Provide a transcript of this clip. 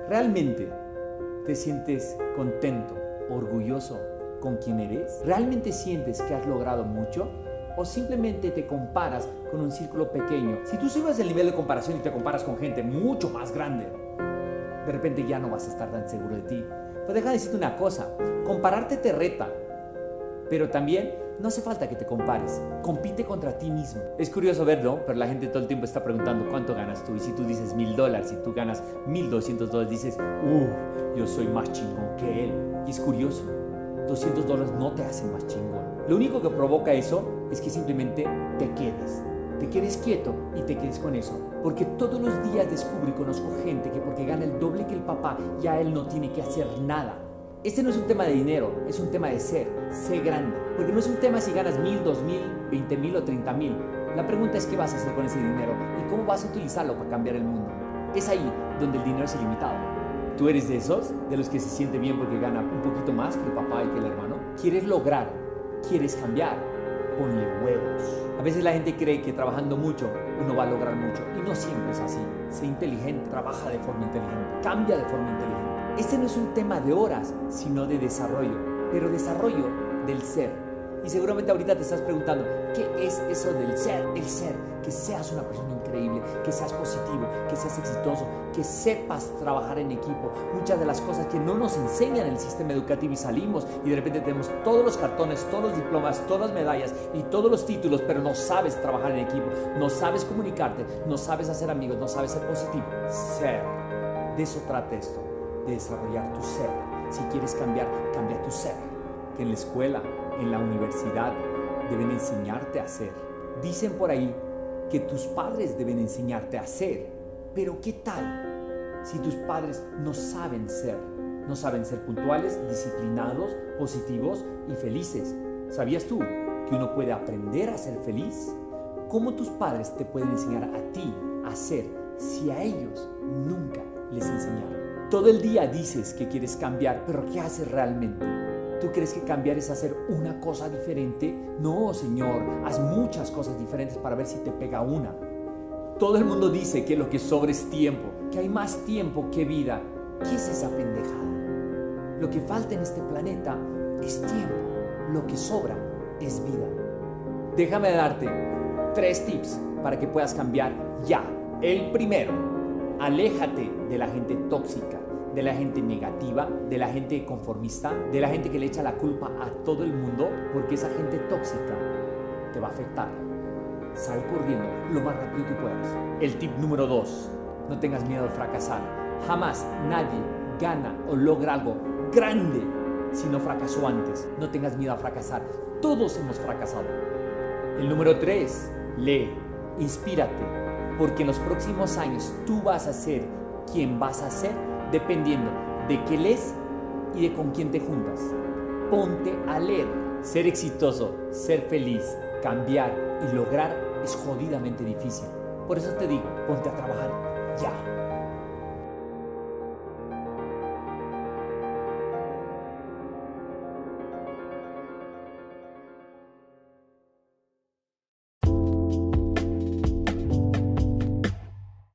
¿Realmente te sientes contento, orgulloso con quien eres? ¿Realmente sientes que has logrado mucho? ¿O simplemente te comparas con un círculo pequeño? Si tú subes el nivel de comparación y te comparas con gente mucho más grande, de repente ya no vas a estar tan seguro de ti. Pero déjame decirte una cosa, compararte te reta, pero también no hace falta que te compares, compite contra ti mismo. Es curioso verlo, pero la gente todo el tiempo está preguntando cuánto ganas tú. Y si tú dices $1000, si tú ganas $1200, dices, yo soy más chingón que él. Y es curioso, $200 no te hacen más chingón. Lo único que provoca eso es que simplemente te quedes quieto y te quedes con eso. Porque todos los días descubro y conozco gente que porque gana el doble que el papá, ya él no tiene que hacer nada. Este no es un tema de dinero, es un tema de ser grande. Porque no es un tema si ganas 1000, 2000, 20000 o 30000. La pregunta es qué vas a hacer con ese dinero y cómo vas a utilizarlo para cambiar el mundo. Es ahí donde el dinero es ilimitado. ¿Tú eres de esos? ¿De los que se siente bien porque gana un poquito más que el papá y que el hermano? ¿Quieres lograr? ¿Quieres cambiar? Ponle huevos. A veces la gente cree que trabajando mucho uno va a lograr mucho y no siempre es así. Sé inteligente, trabaja de forma inteligente, cambia de forma inteligente. Este no es un tema de horas, sino de desarrollo, pero desarrollo del ser. Y seguramente ahorita te estás preguntando, ¿qué es eso del ser? El ser, que seas una persona increíble, que seas positivo, que seas exitoso, que sepas trabajar en equipo. Muchas de las cosas que no nos enseñan en el sistema educativo y salimos y de repente tenemos todos los cartones, todos los diplomas, todas las medallas y todos los títulos, pero no sabes trabajar en equipo, no sabes comunicarte, no sabes hacer amigos, no sabes ser positivo. Ser. De eso trata esto. De desarrollar tu ser. Si quieres cambiar, cambia tu ser. Que en la escuela, en la universidad, deben enseñarte a ser. Dicen por ahí que tus padres deben enseñarte a ser. Pero ¿qué tal si tus padres no saben ser? No saben ser puntuales, disciplinados, positivos y felices. ¿Sabías tú que uno puede aprender a ser feliz? ¿Cómo tus padres te pueden enseñar a ti a ser si a ellos nunca les enseñaron? Todo el día dices que quieres cambiar, pero ¿qué haces realmente? ¿Tú crees que cambiar es hacer una cosa diferente? No, señor, haz muchas cosas diferentes para ver si te pega una. Todo el mundo dice que lo que sobra es tiempo, que hay más tiempo que vida. ¿Qué es esa pendejada? Lo que falta en este planeta es tiempo, lo que sobra es vida. Déjame darte 3 tips para que puedas cambiar ya. El primero, aléjate de la gente tóxica, de la gente negativa, de la gente conformista, de la gente que le echa la culpa a todo el mundo, porque esa gente tóxica te va a afectar. Sal corriendo lo más rápido que puedas. El tip número 2, no tengas miedo de fracasar. Jamás nadie gana o logra algo grande si no fracasó antes. No tengas miedo a fracasar. Todos hemos fracasado. El número 3, lee, inspírate. Porque en los próximos años tú vas a ser quien vas a ser dependiendo de qué lees y de con quién te juntas. Ponte a leer. Ser exitoso, ser feliz, cambiar y lograr es jodidamente difícil. Por eso te digo, ponte a trabajar ya.